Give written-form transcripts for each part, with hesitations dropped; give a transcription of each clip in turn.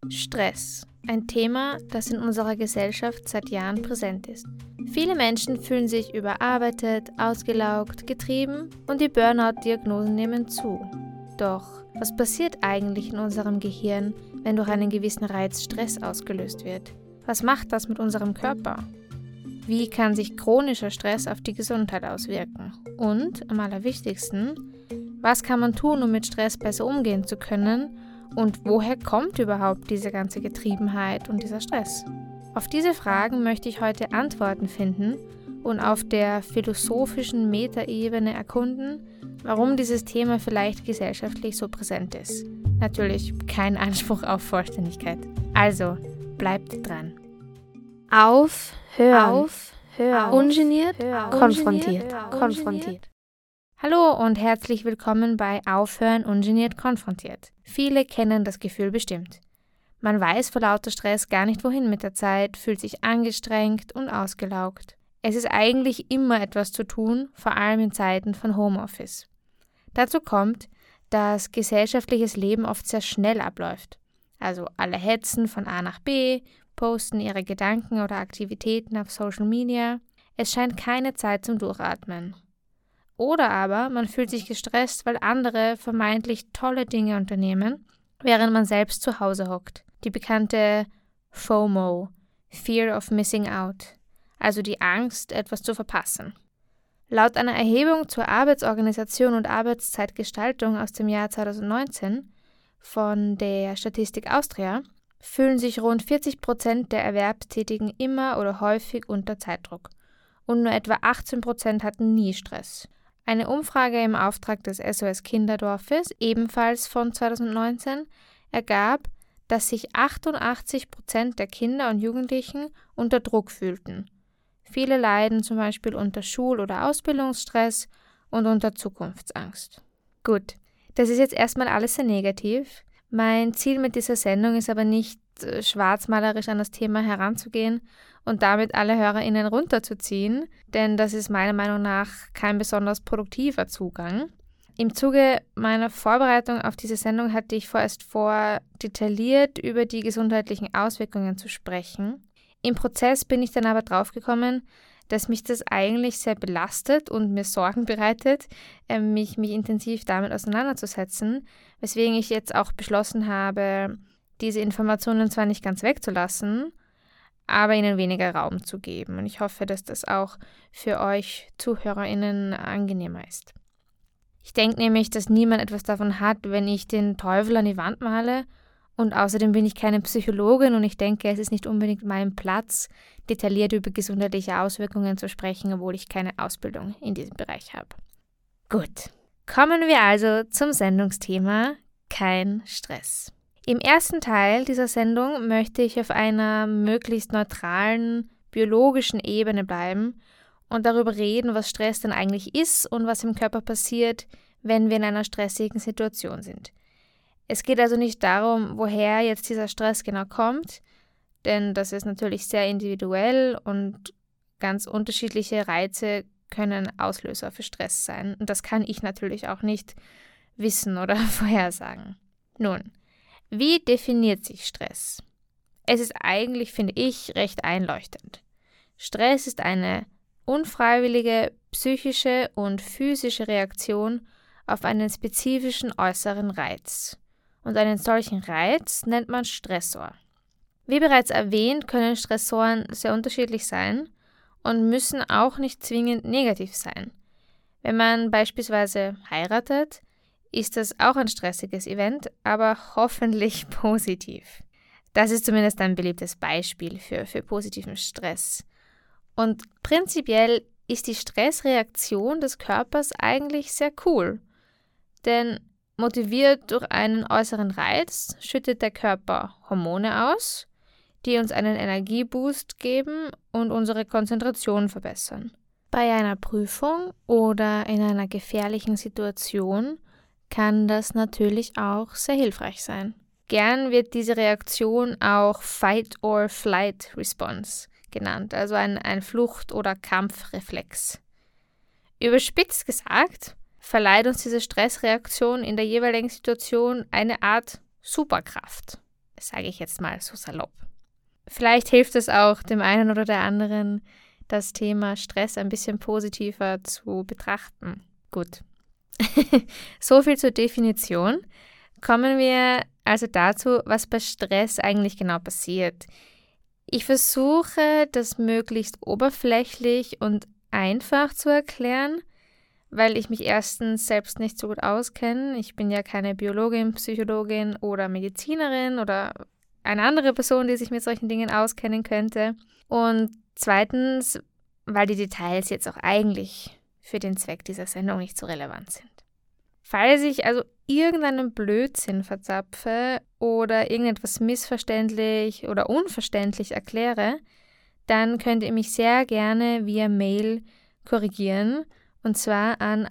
Stress. Ein Thema, das in unserer Gesellschaft seit Jahren präsent ist. Viele Menschen fühlen sich überarbeitet, ausgelaugt, getrieben und die Burnout-Diagnosen nehmen zu. Doch, was passiert eigentlich in unserem Gehirn, wenn durch einen gewissen Reiz Stress ausgelöst wird? Was macht das mit unserem Körper? Wie kann sich chronischer Stress auf die Gesundheit auswirken? Und, am allerwichtigsten, was kann man tun, um mit Stress besser umgehen zu können? Und woher kommt überhaupt diese ganze Getriebenheit und dieser Stress? Auf diese Fragen möchte ich heute Antworten finden und auf der philosophischen Metaebene erkunden, warum dieses Thema vielleicht gesellschaftlich so präsent ist. Natürlich kein Anspruch auf Vollständigkeit. Also, bleibt dran. Aufhören. Ungeniert, Konfrontiert. konfrontiert. Hallo und herzlich willkommen bei Aufhören ungeniert konfrontiert. Viele kennen das Gefühl bestimmt. Man weiß vor lauter Stress gar nicht wohin mit der Zeit, fühlt sich angestrengt und ausgelaugt. Es ist eigentlich immer etwas zu tun, vor allem in Zeiten von Homeoffice. Dazu kommt, dass gesellschaftliches Leben oft sehr schnell abläuft. Also alle hetzen von A nach B, posten ihre Gedanken oder Aktivitäten auf Social Media. Es scheint keine Zeit zum Durchatmen. Oder aber man fühlt sich gestresst, weil andere vermeintlich tolle Dinge unternehmen, während man selbst zu Hause hockt. Die bekannte FOMO, Fear of Missing Out, also die Angst, etwas zu verpassen. Laut einer Erhebung zur Arbeitsorganisation und Arbeitszeitgestaltung aus dem Jahr 2019 von der Statistik Austria fühlen sich rund 40% der Erwerbstätigen immer oder häufig unter Zeitdruck und nur etwa 18% hatten nie Stress. Eine Umfrage im Auftrag des SOS Kinderdorfes, ebenfalls von 2019, ergab, dass sich 88% der Kinder und Jugendlichen unter Druck fühlten. Viele leiden zum Beispiel unter Schul- oder Ausbildungsstress und unter Zukunftsangst. Gut, das ist jetzt erstmal alles sehr negativ. Mein Ziel mit dieser Sendung ist aber nicht, schwarzmalerisch an das Thema heranzugehen und damit alle HörerInnen runterzuziehen, denn das ist meiner Meinung nach kein besonders produktiver Zugang. Im Zuge meiner Vorbereitung auf diese Sendung hatte ich vorerst vor, detailliert über die gesundheitlichen Auswirkungen zu sprechen. Im Prozess bin ich dann aber draufgekommen, dass mich das eigentlich sehr belastet und mir Sorgen bereitet, mich intensiv damit auseinanderzusetzen, weswegen ich jetzt auch beschlossen habe, diese Informationen zwar nicht ganz wegzulassen, aber ihnen weniger Raum zu geben. Und ich hoffe, dass das auch für euch ZuhörerInnen angenehmer ist. Ich denke nämlich, dass niemand etwas davon hat, wenn ich den Teufel an die Wand male. Und außerdem bin ich keine Psychologin und ich denke, es ist nicht unbedingt mein Platz, detailliert über gesundheitliche Auswirkungen zu sprechen, obwohl ich keine Ausbildung in diesem Bereich habe. Gut, kommen wir also zum Sendungsthema Kein Stress. Im ersten Teil dieser Sendung möchte ich auf einer möglichst neutralen, biologischen Ebene bleiben und darüber reden, was Stress denn eigentlich ist und was im Körper passiert, wenn wir in einer stressigen Situation sind. Es geht also nicht darum, woher jetzt dieser Stress genau kommt, denn das ist natürlich sehr individuell und ganz unterschiedliche Reize können Auslöser für Stress sein. Und das kann ich natürlich auch nicht wissen oder vorhersagen. Nun, wie definiert sich Stress? Es ist eigentlich, finde ich, recht einleuchtend. Stress ist eine unfreiwillige psychische und physische Reaktion auf einen spezifischen äußeren Reiz. Und einen solchen Reiz nennt man Stressor. Wie bereits erwähnt, können Stressoren sehr unterschiedlich sein und müssen auch nicht zwingend negativ sein. Wenn man beispielsweise heiratet, ist das auch ein stressiges Event, aber hoffentlich positiv. Das ist zumindest ein beliebtes Beispiel für positiven Stress. Und prinzipiell ist die Stressreaktion des Körpers eigentlich sehr cool, denn motiviert durch einen äußeren Reiz schüttet der Körper Hormone aus, die uns einen Energieboost geben und unsere Konzentration verbessern. Bei einer Prüfung oder in einer gefährlichen Situation kann das natürlich auch sehr hilfreich sein. Gern wird diese Reaktion auch Fight-or-Flight-Response genannt, also ein Flucht- oder Kampfreflex. Überspitzt gesagt, verleiht uns diese Stressreaktion in der jeweiligen Situation eine Art Superkraft. sage ich jetzt mal so salopp. Vielleicht hilft es auch dem einen oder der anderen, das Thema Stress ein bisschen positiver zu betrachten. Gut. So viel zur Definition. Kommen wir also dazu, was bei Stress eigentlich genau passiert. Ich versuche, das möglichst oberflächlich und einfach zu erklären, weil ich mich erstens selbst nicht so gut auskenne. Ich bin ja keine Biologin, Psychologin oder Medizinerin oder eine andere Person, die sich mit solchen Dingen auskennen könnte. Und zweitens, weil die Details jetzt auch eigentlich für den Zweck dieser Sendung nicht so relevant sind. Falls ich also irgendeinen Blödsinn verzapfe oder irgendetwas missverständlich oder unverständlich erkläre, dann könnt ihr mich sehr gerne via Mail korrigieren, und zwar an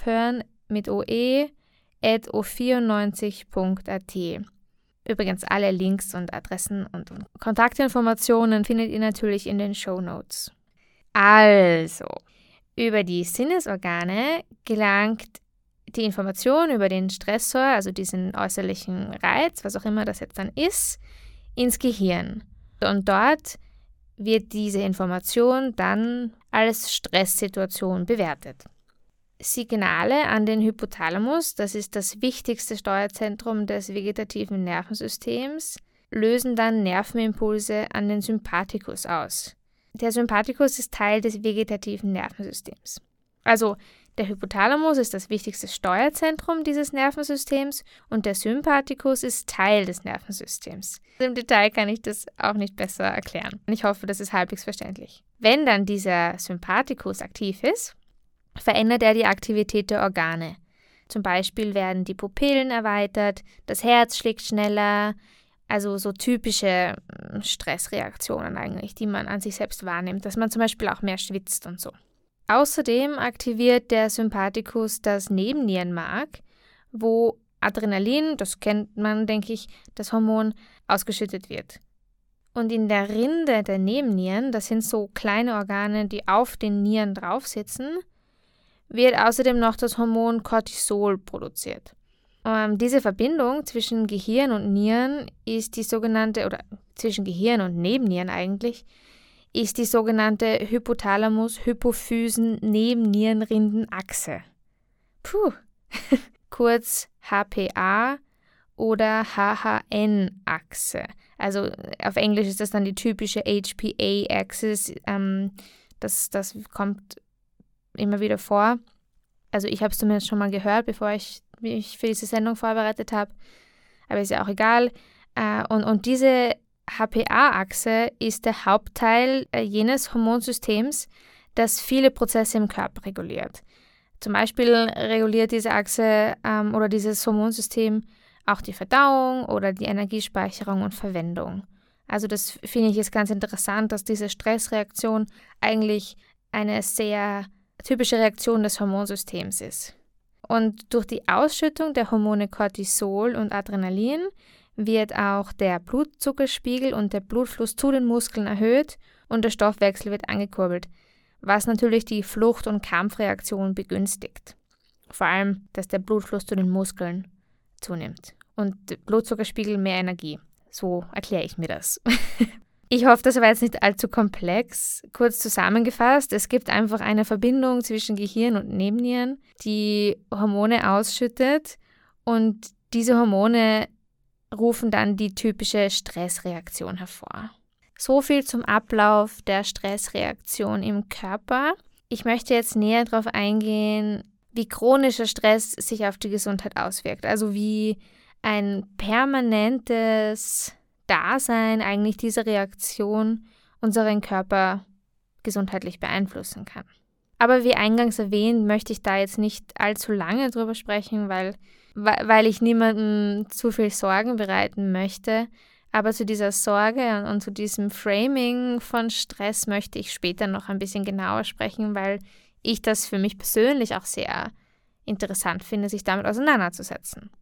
aufhören@o94.at. Übrigens alle Links und Adressen und Kontaktinformationen findet ihr natürlich in den Shownotes. Also, über die Sinnesorgane gelangt die Information über den Stressor, also diesen äußerlichen Reiz, was auch immer das jetzt dann ist, ins Gehirn. Und dort wird diese Information dann als Stresssituation bewertet. Signale an den Hypothalamus, das ist das wichtigste Steuerzentrum des vegetativen Nervensystems, lösen dann Nervenimpulse an den Sympathikus aus. Der Sympathikus ist Teil des vegetativen Nervensystems. Also der Hypothalamus ist das wichtigste Steuerzentrum dieses Nervensystems und der Sympathikus ist Teil des Nervensystems. Im Detail kann ich das auch nicht besser erklären. Ich hoffe, das ist halbwegs verständlich. Wenn dann dieser Sympathikus aktiv ist, verändert er die Aktivität der Organe. Zum Beispiel werden die Pupillen erweitert, das Herz schlägt schneller, also so typische Stressreaktionen eigentlich, die man an sich selbst wahrnimmt, dass man zum Beispiel auch mehr schwitzt und so. Außerdem aktiviert der Sympathikus das Nebennierenmark, wo Adrenalin, das kennt man, denke ich, das Hormon, ausgeschüttet wird. Und in der Rinde der Nebennieren, das sind so kleine Organe, die auf den Nieren drauf sitzen, wird außerdem noch das Hormon Cortisol produziert. Diese Verbindung zwischen Gehirn und Nieren ist die sogenannte, oder zwischen Gehirn und Nebennieren eigentlich, ist die sogenannte Hypothalamus-Hypophysen-Nebennierenrindenachse. Kurz HPA oder HHN-Achse. Also auf Englisch ist das dann die typische HPA-Axis. Das kommt immer wieder vor. Also ich habe es zumindest schon mal gehört, bevor ich mich für diese Sendung vorbereitet habe. Aber ist ja auch egal. Und diese HPA-Achse ist der Hauptteil jenes Hormonsystems, das viele Prozesse im Körper reguliert. Zum Beispiel reguliert diese Achse oder dieses Hormonsystem auch die Verdauung oder die Energiespeicherung und Verwendung. Also das finde ich jetzt ganz interessant, dass diese Stressreaktion eigentlich eine sehr typische Reaktion des Hormonsystems ist. Und durch die Ausschüttung der Hormone Cortisol und Adrenalin wird auch der Blutzuckerspiegel und der Blutfluss zu den Muskeln erhöht und der Stoffwechsel wird angekurbelt, was natürlich die Flucht- und Kampfreaktion begünstigt. Vor allem, dass der Blutfluss zu den Muskeln zunimmt und der Blutzuckerspiegel mehr Energie. So erkläre ich mir das. Ich hoffe, das war jetzt nicht allzu komplex. Kurz zusammengefasst, es gibt einfach eine Verbindung zwischen Gehirn und Nebennieren, die Hormone ausschüttet und diese Hormone rufen dann die typische Stressreaktion hervor. So viel zum Ablauf der Stressreaktion im Körper. Ich möchte jetzt näher darauf eingehen, wie chronischer Stress sich auf die Gesundheit auswirkt. Also wie ein permanentes Dasein eigentlich diese Reaktion unseren Körper gesundheitlich beeinflussen kann. Aber wie eingangs erwähnt, möchte ich da jetzt nicht allzu lange drüber sprechen, weil ich niemandem zu viel Sorgen bereiten möchte. Aber zu dieser Sorge und zu diesem Framing von Stress möchte ich später noch ein bisschen genauer sprechen, weil ich das für mich persönlich auch sehr interessant finde, sich damit auseinanderzusetzen.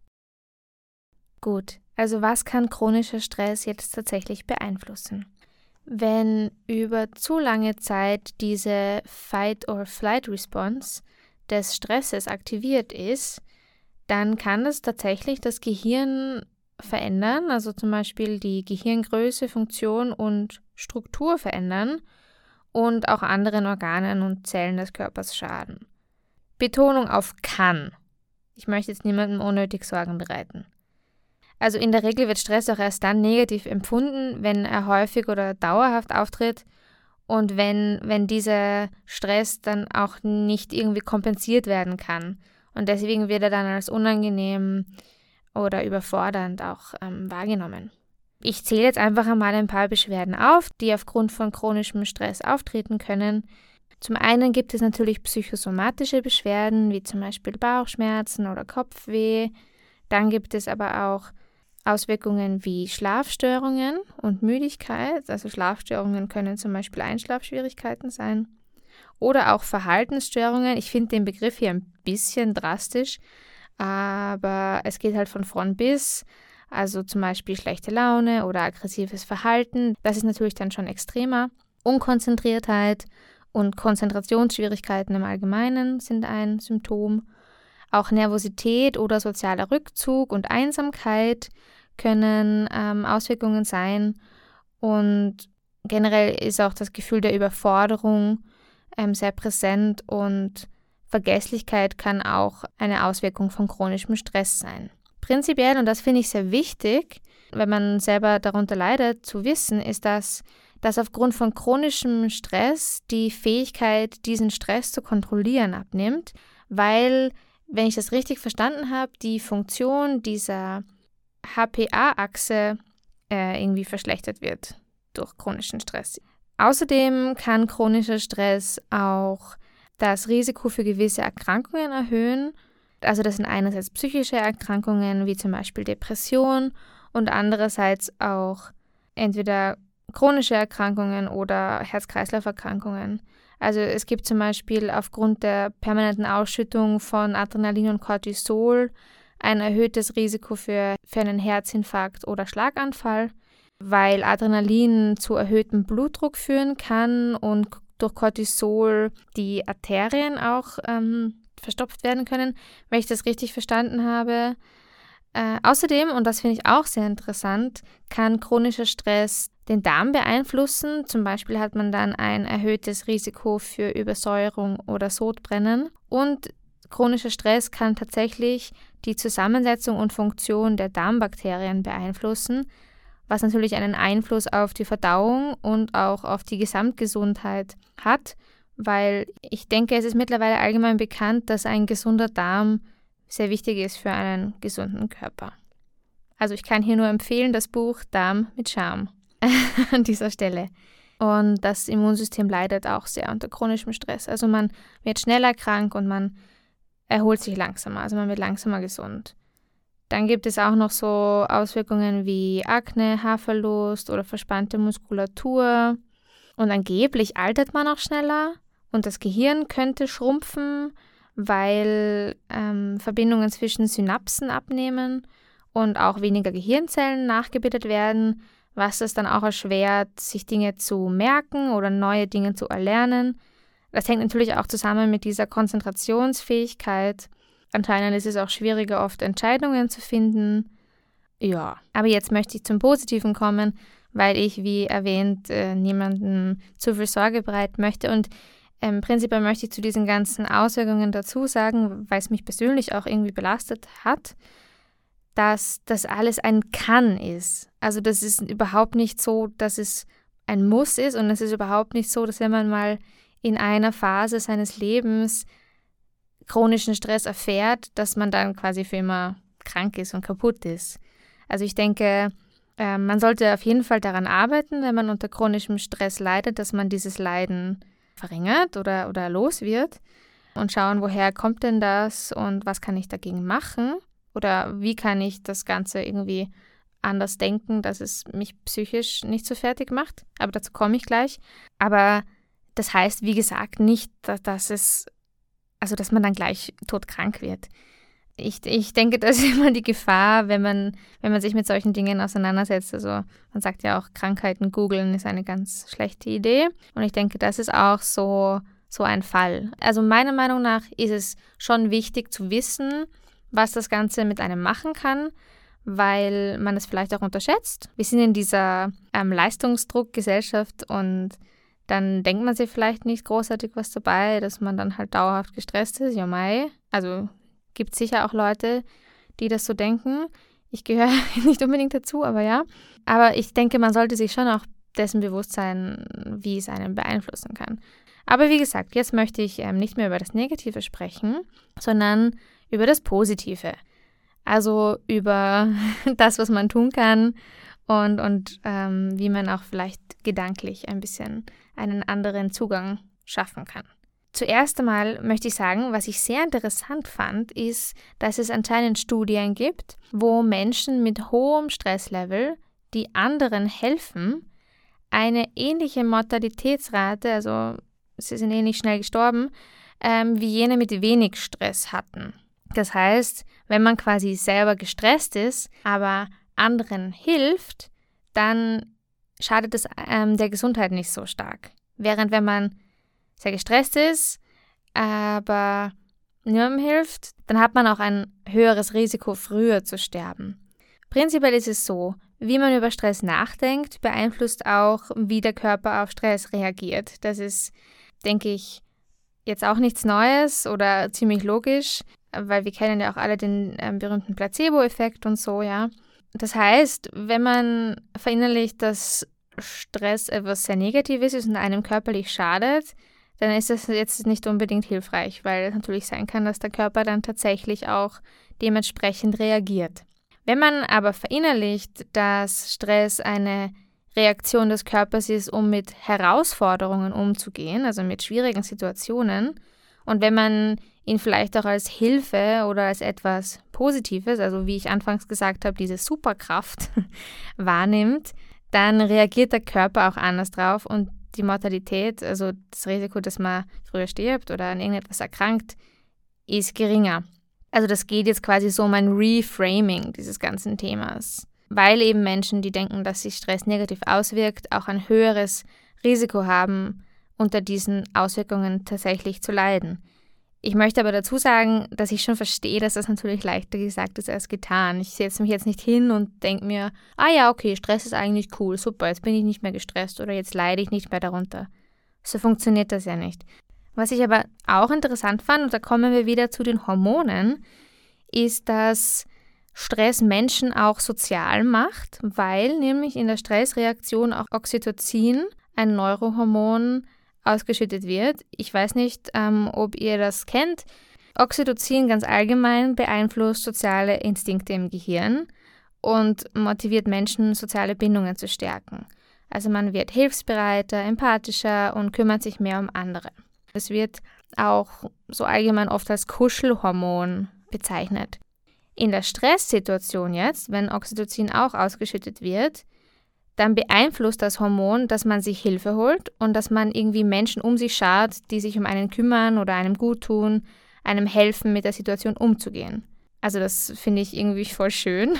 Gut, also was kann chronischer Stress jetzt tatsächlich beeinflussen? Wenn über zu lange Zeit diese Fight-or-Flight-Response des Stresses aktiviert ist, dann kann es tatsächlich das Gehirn verändern, also zum Beispiel die Gehirngröße, Funktion und Struktur verändern und auch anderen Organen und Zellen des Körpers schaden. Betonung auf kann. Ich möchte jetzt niemandem unnötig Sorgen bereiten. Also in der Regel wird Stress auch erst dann negativ empfunden, wenn er häufig oder dauerhaft auftritt und wenn dieser Stress dann auch nicht irgendwie kompensiert werden kann. Und deswegen wird er dann als unangenehm oder überfordernd auch wahrgenommen. Ich zähle jetzt einfach einmal ein paar Beschwerden auf, die aufgrund von chronischem Stress auftreten können. Zum einen gibt es natürlich psychosomatische Beschwerden, wie zum Beispiel Bauchschmerzen oder Kopfweh. Dann gibt es aber auch Auswirkungen wie Schlafstörungen und Müdigkeit. Also Schlafstörungen können zum Beispiel Einschlafschwierigkeiten sein. Oder auch Verhaltensstörungen. Ich finde den Begriff hier ein bisschen drastisch, aber es geht halt von vorn bis. Also zum Beispiel schlechte Laune oder aggressives Verhalten. Das ist natürlich dann schon extremer. Unkonzentriertheit und Konzentrationsschwierigkeiten im Allgemeinen sind ein Symptom. Auch Nervosität oder sozialer Rückzug und Einsamkeit können Auswirkungen sein. Und generell ist auch das Gefühl der Überforderung sehr präsent und Vergesslichkeit kann auch eine Auswirkung von chronischem Stress sein. Prinzipiell, und das finde ich sehr wichtig, wenn man selber darunter leidet, zu wissen, ist, dass aufgrund von chronischem Stress die Fähigkeit, diesen Stress zu kontrollieren, abnimmt, weil, wenn ich das richtig verstanden habe, die Funktion dieser HPA-Achse irgendwie verschlechtert wird durch chronischen Stress. Außerdem kann chronischer Stress auch das Risiko für gewisse Erkrankungen erhöhen. Also das sind einerseits psychische Erkrankungen wie zum Beispiel Depression und andererseits auch entweder chronische Erkrankungen oder Herz-Kreislauf-Erkrankungen. Also es gibt zum Beispiel aufgrund der permanenten Ausschüttung von Adrenalin und Cortisol ein erhöhtes Risiko für einen Herzinfarkt oder Schlaganfall, weil Adrenalin zu erhöhtem Blutdruck führen kann und durch Cortisol die Arterien auch verstopft werden können, wenn ich das richtig verstanden habe. Außerdem, und das finde ich auch sehr interessant, kann chronischer Stress den Darm beeinflussen. Zum Beispiel hat man dann ein erhöhtes Risiko für Übersäuerung oder Sodbrennen. Und chronischer Stress kann tatsächlich die Zusammensetzung und Funktion der Darmbakterien beeinflussen, was natürlich einen Einfluss auf die Verdauung und auch auf die Gesamtgesundheit hat, weil ich denke, es ist mittlerweile allgemein bekannt, dass ein gesunder Darm sehr wichtig ist für einen gesunden Körper. Also ich kann hier nur empfehlen, das Buch Darm mit Charme an dieser Stelle. Und das Immunsystem leidet auch sehr unter chronischem Stress. Also man wird schneller krank und man erholt sich langsamer, also man wird langsamer gesund. Dann gibt es auch noch so Auswirkungen wie Akne, Haarverlust oder verspannte Muskulatur. Und angeblich altert man auch schneller und das Gehirn könnte schrumpfen, weil Verbindungen zwischen Synapsen abnehmen und auch weniger Gehirnzellen nachgebildet werden, was es dann auch erschwert, sich Dinge zu merken oder neue Dinge zu erlernen. Das hängt natürlich auch zusammen mit dieser Konzentrationsfähigkeit. Anscheinend ist es auch schwieriger, oft Entscheidungen zu finden. Ja, aber jetzt möchte ich zum Positiven kommen, weil ich, wie erwähnt, niemandem zu viel Sorge bereiten möchte. Und prinzipiell möchte ich zu diesen ganzen Auswirkungen dazu sagen, weil es mich persönlich auch irgendwie belastet hat, dass das alles ein Kann ist. Also das ist überhaupt nicht so, dass es ein Muss ist und es ist überhaupt nicht so, dass wenn man mal in einer Phase seines Lebens chronischen Stress erfährt, dass man dann quasi für immer krank ist und kaputt ist. Also ich denke, man sollte auf jeden Fall daran arbeiten, wenn man unter chronischem Stress leidet, dass man dieses Leiden verringert oder los wird und schauen, woher kommt denn das und was kann ich dagegen machen oder wie kann ich das Ganze irgendwie anders denken, dass es mich psychisch nicht so fertig macht. Aber dazu komme ich gleich. Aber das heißt, wie gesagt, nicht, dass man dann gleich todkrank wird. Ich denke, das ist immer die Gefahr, wenn man sich mit solchen Dingen auseinandersetzt. Also man sagt ja auch, Krankheiten googeln ist eine ganz schlechte Idee. Und ich denke, das ist auch so ein Fall. Also meiner Meinung nach ist es schon wichtig zu wissen, was das Ganze mit einem machen kann, weil man es vielleicht auch unterschätzt. Wir sind in dieser Leistungsdruckgesellschaft und dann denkt man sich vielleicht nicht großartig was dabei, dass man dann halt dauerhaft gestresst ist. Ja, mei. Also gibt es sicher auch Leute, die das so denken. Ich gehöre nicht unbedingt dazu, aber ja. Aber ich denke, man sollte sich schon auch dessen bewusst sein, wie es einen beeinflussen kann. Aber wie gesagt, jetzt möchte ich nicht mehr über das Negative sprechen, sondern über das Positive. Also über das, was man tun kann und wie man auch vielleicht gedanklich ein bisschen einen anderen Zugang schaffen kann. Zuerst einmal möchte ich sagen, was ich sehr interessant fand, ist, dass es anscheinend Studien gibt, wo Menschen mit hohem Stresslevel, die anderen helfen, eine ähnliche Mortalitätsrate, also sie sind ähnlich schnell gestorben, wie jene mit wenig Stress hatten. Das heißt, wenn man quasi selber gestresst ist, aber anderen hilft, dann schadet es der Gesundheit nicht so stark. Während wenn man sehr gestresst ist, aber niemandem hilft, dann hat man auch ein höheres Risiko, früher zu sterben. Prinzipiell ist es so, wie man über Stress nachdenkt, beeinflusst auch, wie der Körper auf Stress reagiert. Das ist, denke ich, jetzt auch nichts Neues oder ziemlich logisch, weil wir kennen ja auch alle den berühmten Placebo-Effekt und so, ja. Das heißt, wenn man verinnerlicht, dass Stress etwas sehr Negatives ist und einem körperlich schadet, dann ist das jetzt nicht unbedingt hilfreich, weil es natürlich sein kann, dass der Körper dann tatsächlich auch dementsprechend reagiert. Wenn man aber verinnerlicht, dass Stress eine Reaktion des Körpers ist, um mit Herausforderungen umzugehen, also mit schwierigen Situationen, und wenn man ihn vielleicht auch als Hilfe oder als etwas Positives, also wie ich anfangs gesagt habe, diese Superkraft wahrnimmt, dann reagiert der Körper auch anders drauf und die Mortalität, also das Risiko, dass man früher stirbt oder an irgendetwas erkrankt, ist geringer. Also das geht jetzt quasi so um ein Reframing dieses ganzen Themas, weil eben Menschen, die denken, dass sich Stress negativ auswirkt, auch ein höheres Risiko haben, unter diesen Auswirkungen tatsächlich zu leiden. Ich möchte aber dazu sagen, dass ich schon verstehe, dass das natürlich leichter gesagt ist als getan. Ich setze mich jetzt nicht hin und denke mir, ja, okay, Stress ist eigentlich cool, super, jetzt bin ich nicht mehr gestresst oder jetzt leide ich nicht mehr darunter. So funktioniert das ja nicht. Was ich aber auch interessant fand, und da kommen wir wieder zu den Hormonen, ist, dass Stress Menschen auch sozial macht, weil nämlich in der Stressreaktion auch Oxytocin, ein Neurohormon, ausgeschüttet wird. Ich weiß nicht, ob ihr das kennt. Oxytocin ganz allgemein beeinflusst soziale Instinkte im Gehirn und motiviert Menschen, soziale Bindungen zu stärken. Also man wird hilfsbereiter, empathischer und kümmert sich mehr um andere. Es wird auch so allgemein oft als Kuschelhormon bezeichnet. In der Stresssituation jetzt, wenn Oxytocin auch ausgeschüttet wird, dann beeinflusst das Hormon, dass man sich Hilfe holt und dass man irgendwie Menschen um sich schart, die sich um einen kümmern oder einem gut tun, einem helfen, mit der Situation umzugehen. Also das finde ich irgendwie voll schön.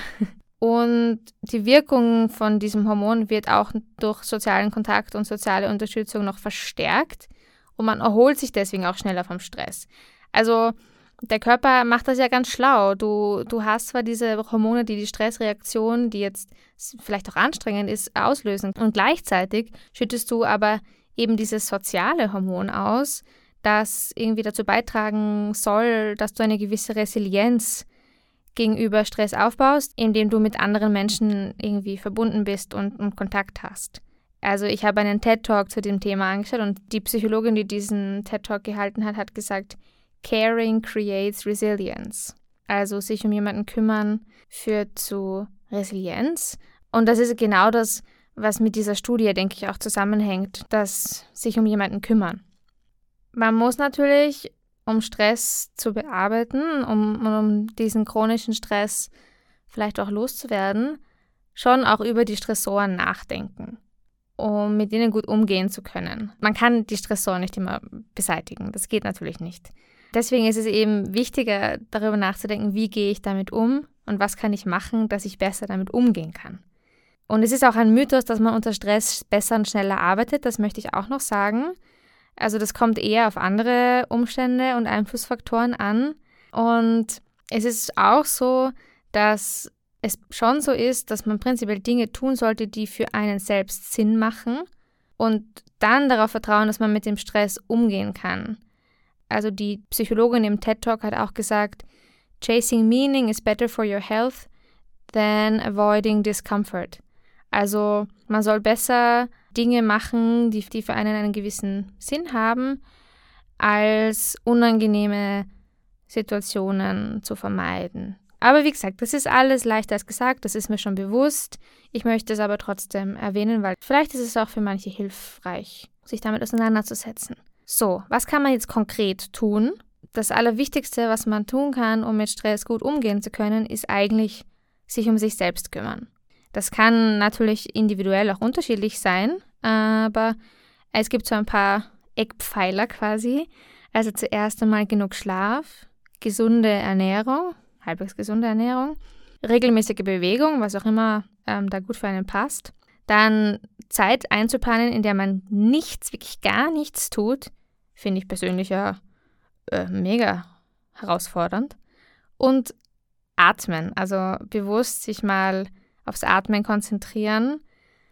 Und die Wirkung von diesem Hormon wird auch durch sozialen Kontakt und soziale Unterstützung noch verstärkt und man erholt sich deswegen auch schneller vom Stress. Also der Körper macht das ja ganz schlau. Du hast zwar diese Hormone, die die Stressreaktion, die jetzt vielleicht auch anstrengend ist, auslösen. Und gleichzeitig schüttest du aber eben dieses soziale Hormon aus, das irgendwie dazu beitragen soll, dass du eine gewisse Resilienz gegenüber Stress aufbaust, indem du mit anderen Menschen irgendwie verbunden bist und Kontakt hast. Also ich habe einen TED-Talk zu dem Thema angeschaut und die Psychologin, die diesen TED-Talk gehalten hat, hat gesagt, Caring creates resilience. Also sich um jemanden kümmern führt zu Resilienz. Und das ist genau das, was mit dieser Studie, denke ich, auch zusammenhängt, dass sich um jemanden kümmern. Man muss natürlich, um Stress zu bearbeiten, um diesen chronischen Stress vielleicht auch loszuwerden, schon auch über die Stressoren nachdenken, um mit ihnen gut umgehen zu können. Man kann die Stressoren nicht immer beseitigen, das geht natürlich nicht. Deswegen ist es eben wichtiger, darüber nachzudenken, wie gehe ich damit um und was kann ich machen, dass ich besser damit umgehen kann. Und es ist auch ein Mythos, dass man unter Stress besser und schneller arbeitet, das möchte ich auch noch sagen. Also das kommt eher auf andere Umstände und Einflussfaktoren an. Und es ist auch so, dass es schon so ist, dass man prinzipiell Dinge tun sollte, die für einen selbst Sinn machen und dann darauf vertrauen, dass man mit dem Stress umgehen kann. Also die Psychologin im TED-Talk hat auch gesagt, Chasing meaning is better for your health than avoiding discomfort. Also man soll besser Dinge machen, die für einen gewissen Sinn haben, als unangenehme Situationen zu vermeiden. Aber wie gesagt, das ist alles leichter als gesagt, das ist mir schon bewusst. Ich möchte es aber trotzdem erwähnen, weil vielleicht ist es auch für manche hilfreich, sich damit auseinanderzusetzen. So, was kann man jetzt konkret tun? Das Allerwichtigste, was man tun kann, um mit Stress gut umgehen zu können, ist eigentlich sich um sich selbst kümmern. Das kann natürlich individuell auch unterschiedlich sein, aber es gibt so ein paar Eckpfeiler quasi. Also zuerst einmal genug Schlaf, gesunde Ernährung, halbwegs gesunde Ernährung, regelmäßige Bewegung, was auch immer da gut für einen passt. Dann Zeit einzuplanen, in der man nichts, wirklich gar nichts tut, finde ich persönlich ja mega herausfordernd. Und atmen, also bewusst sich mal aufs Atmen konzentrieren.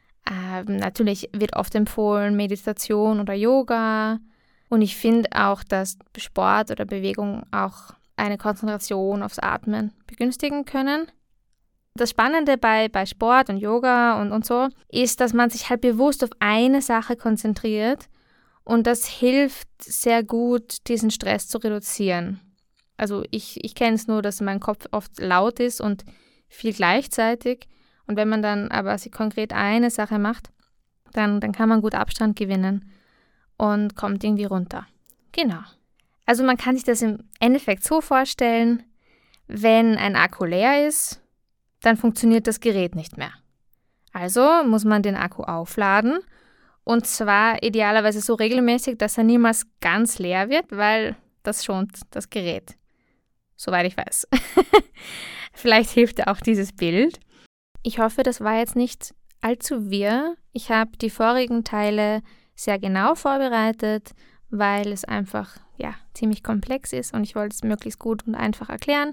Natürlich wird oft empfohlen Meditation oder Yoga. Und ich finde auch, dass Sport oder Bewegung auch eine Konzentration aufs Atmen begünstigen können. Das Spannende bei Sport und Yoga und so ist, dass man sich halt bewusst auf eine Sache konzentriert und das hilft sehr gut, diesen Stress zu reduzieren. Also ich kenne es nur, dass mein Kopf oft laut ist und viel gleichzeitig. Und wenn man dann aber sich konkret eine Sache macht, dann kann man gut Abstand gewinnen und kommt irgendwie runter. Genau. Also man kann sich das im Endeffekt so vorstellen, wenn ein Akku leer ist, dann funktioniert das Gerät nicht mehr. Also muss man den Akku aufladen und zwar idealerweise so regelmäßig, dass er niemals ganz leer wird, weil das schont das Gerät. Soweit ich weiß. Vielleicht hilft auch dieses Bild. Ich hoffe, das war jetzt nicht allzu wirr. Ich habe die vorigen Teile sehr genau vorbereitet, weil es einfach ziemlich komplex ist und ich wollte es möglichst gut und einfach erklären.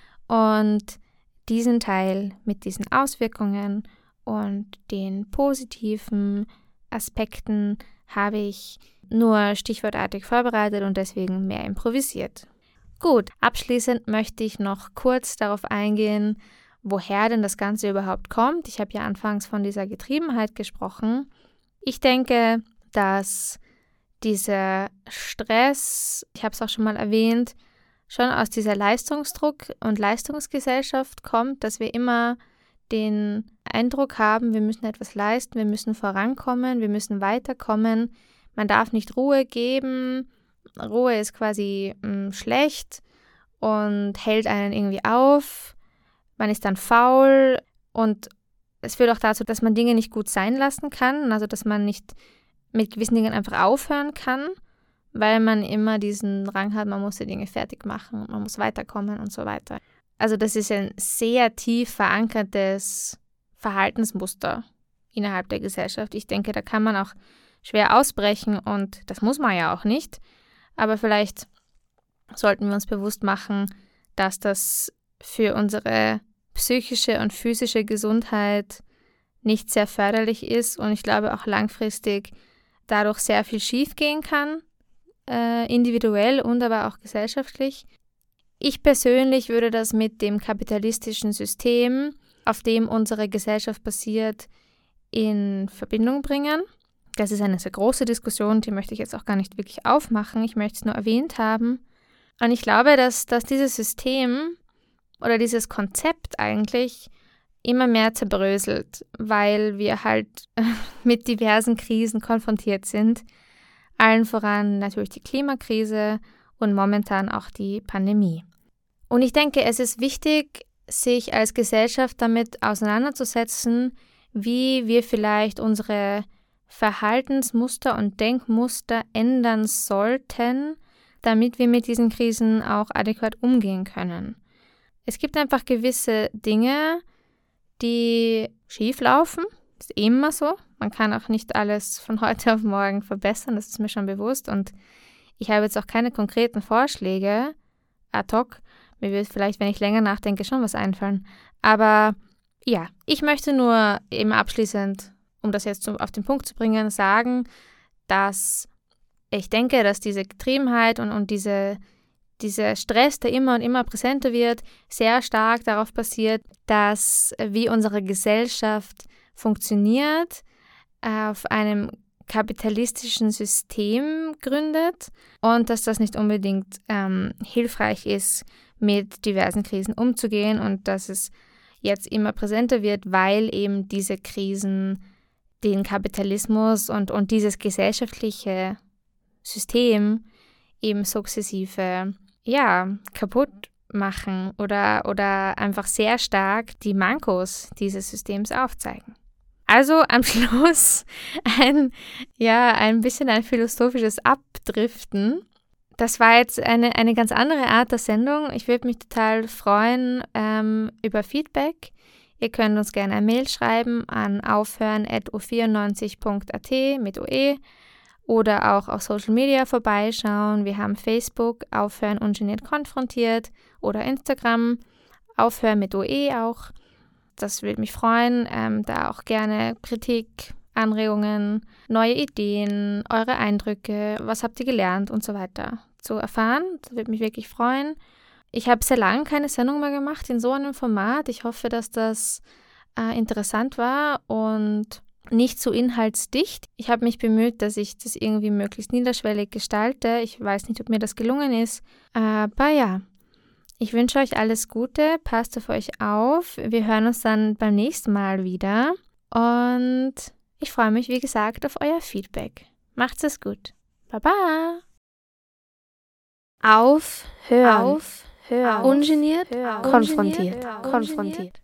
Und diesen Teil mit diesen Auswirkungen und den positiven Aspekten habe ich nur stichwortartig vorbereitet und deswegen mehr improvisiert. Gut, abschließend möchte ich noch kurz darauf eingehen, woher denn das Ganze überhaupt kommt. Ich habe ja anfangs von dieser Getriebenheit gesprochen. Ich denke, dass dieser Stress, ich habe es auch schon mal erwähnt, schon aus dieser Leistungsdruck und Leistungsgesellschaft kommt, dass wir immer den Eindruck haben, wir müssen etwas leisten, wir müssen vorankommen, wir müssen weiterkommen. Man darf nicht Ruhe geben. Ruhe ist quasi schlecht und hält einen irgendwie auf. Man ist dann faul und es führt auch dazu, dass man Dinge nicht gut sein lassen kann, also dass man nicht mit gewissen Dingen einfach aufhören kann, weil man immer diesen Drang hat, man muss die Dinge fertig machen, man muss weiterkommen und so weiter. Also das ist ein sehr tief verankertes Verhaltensmuster innerhalb der Gesellschaft. Ich denke, da kann man auch schwer ausbrechen und das muss man ja auch nicht. Aber vielleicht sollten wir uns bewusst machen, dass das für unsere psychische und physische Gesundheit nicht sehr förderlich ist und ich glaube auch langfristig dadurch sehr viel schiefgehen kann, individuell und aber auch gesellschaftlich. Ich persönlich würde das mit dem kapitalistischen System, auf dem unsere Gesellschaft basiert, in Verbindung bringen. Das ist eine sehr große Diskussion, die möchte ich jetzt auch gar nicht wirklich aufmachen. Ich möchte es nur erwähnt haben. Und ich glaube, dass dieses System oder dieses Konzept eigentlich immer mehr zerbröselt, weil wir halt mit diversen Krisen konfrontiert sind. Allen voran natürlich die Klimakrise und momentan auch die Pandemie. Und ich denke, es ist wichtig, sich als Gesellschaft damit auseinanderzusetzen, wie wir vielleicht unsere Verhaltensmuster und Denkmuster ändern sollten, damit wir mit diesen Krisen auch adäquat umgehen können. Es gibt einfach gewisse Dinge, die schief laufen. Das ist immer so. Man kann auch nicht alles von heute auf morgen verbessern, das ist mir schon bewusst. Und ich habe jetzt auch keine konkreten Vorschläge ad hoc, Mir wird vielleicht, wenn ich länger nachdenke, schon was einfallen. Aber ja, ich möchte nur eben abschließend, um das jetzt auf den Punkt zu bringen, sagen, dass ich denke, dass diese Getriebenheit und dieser Stress, der immer und immer präsenter wird, sehr stark darauf basiert, dass wie unsere Gesellschaft funktioniert, auf einem kapitalistischen System gründet und dass das nicht unbedingt hilfreich ist, mit diversen Krisen umzugehen und dass es jetzt immer präsenter wird, weil eben diese Krisen den Kapitalismus und dieses gesellschaftliche System eben sukzessive kaputt machen oder einfach sehr stark die Mankos dieses Systems aufzeigen. Also am Schluss ein bisschen ein philosophisches Abdriften. Das war jetzt eine ganz andere Art der Sendung. Ich würde mich total freuen über Feedback. Ihr könnt uns gerne eine Mail schreiben an aufhören@u94.at mit OE oder auch auf Social Media vorbeischauen. Wir haben Facebook, Aufhören ungeniert konfrontiert oder Instagram, Aufhören mit OE auch. Das würde mich freuen. Da auch gerne Kritik, Anregungen, neue Ideen, eure Eindrücke, was habt ihr gelernt und so weiter zu erfahren. Das würde mich wirklich freuen. Ich habe sehr lange keine Sendung mehr gemacht in so einem Format. Ich hoffe, dass das interessant war und nicht so inhaltsdicht. Ich habe mich bemüht, dass ich das irgendwie möglichst niederschwellig gestalte. Ich weiß nicht, ob mir das gelungen ist. Aber ja, ich wünsche euch alles Gute. Passt auf euch auf. Wir hören uns dann beim nächsten Mal wieder. Und ich freue mich, wie gesagt, auf euer Feedback. Macht's es gut. Baba! Aufhören. Ungeniert, konfrontiert.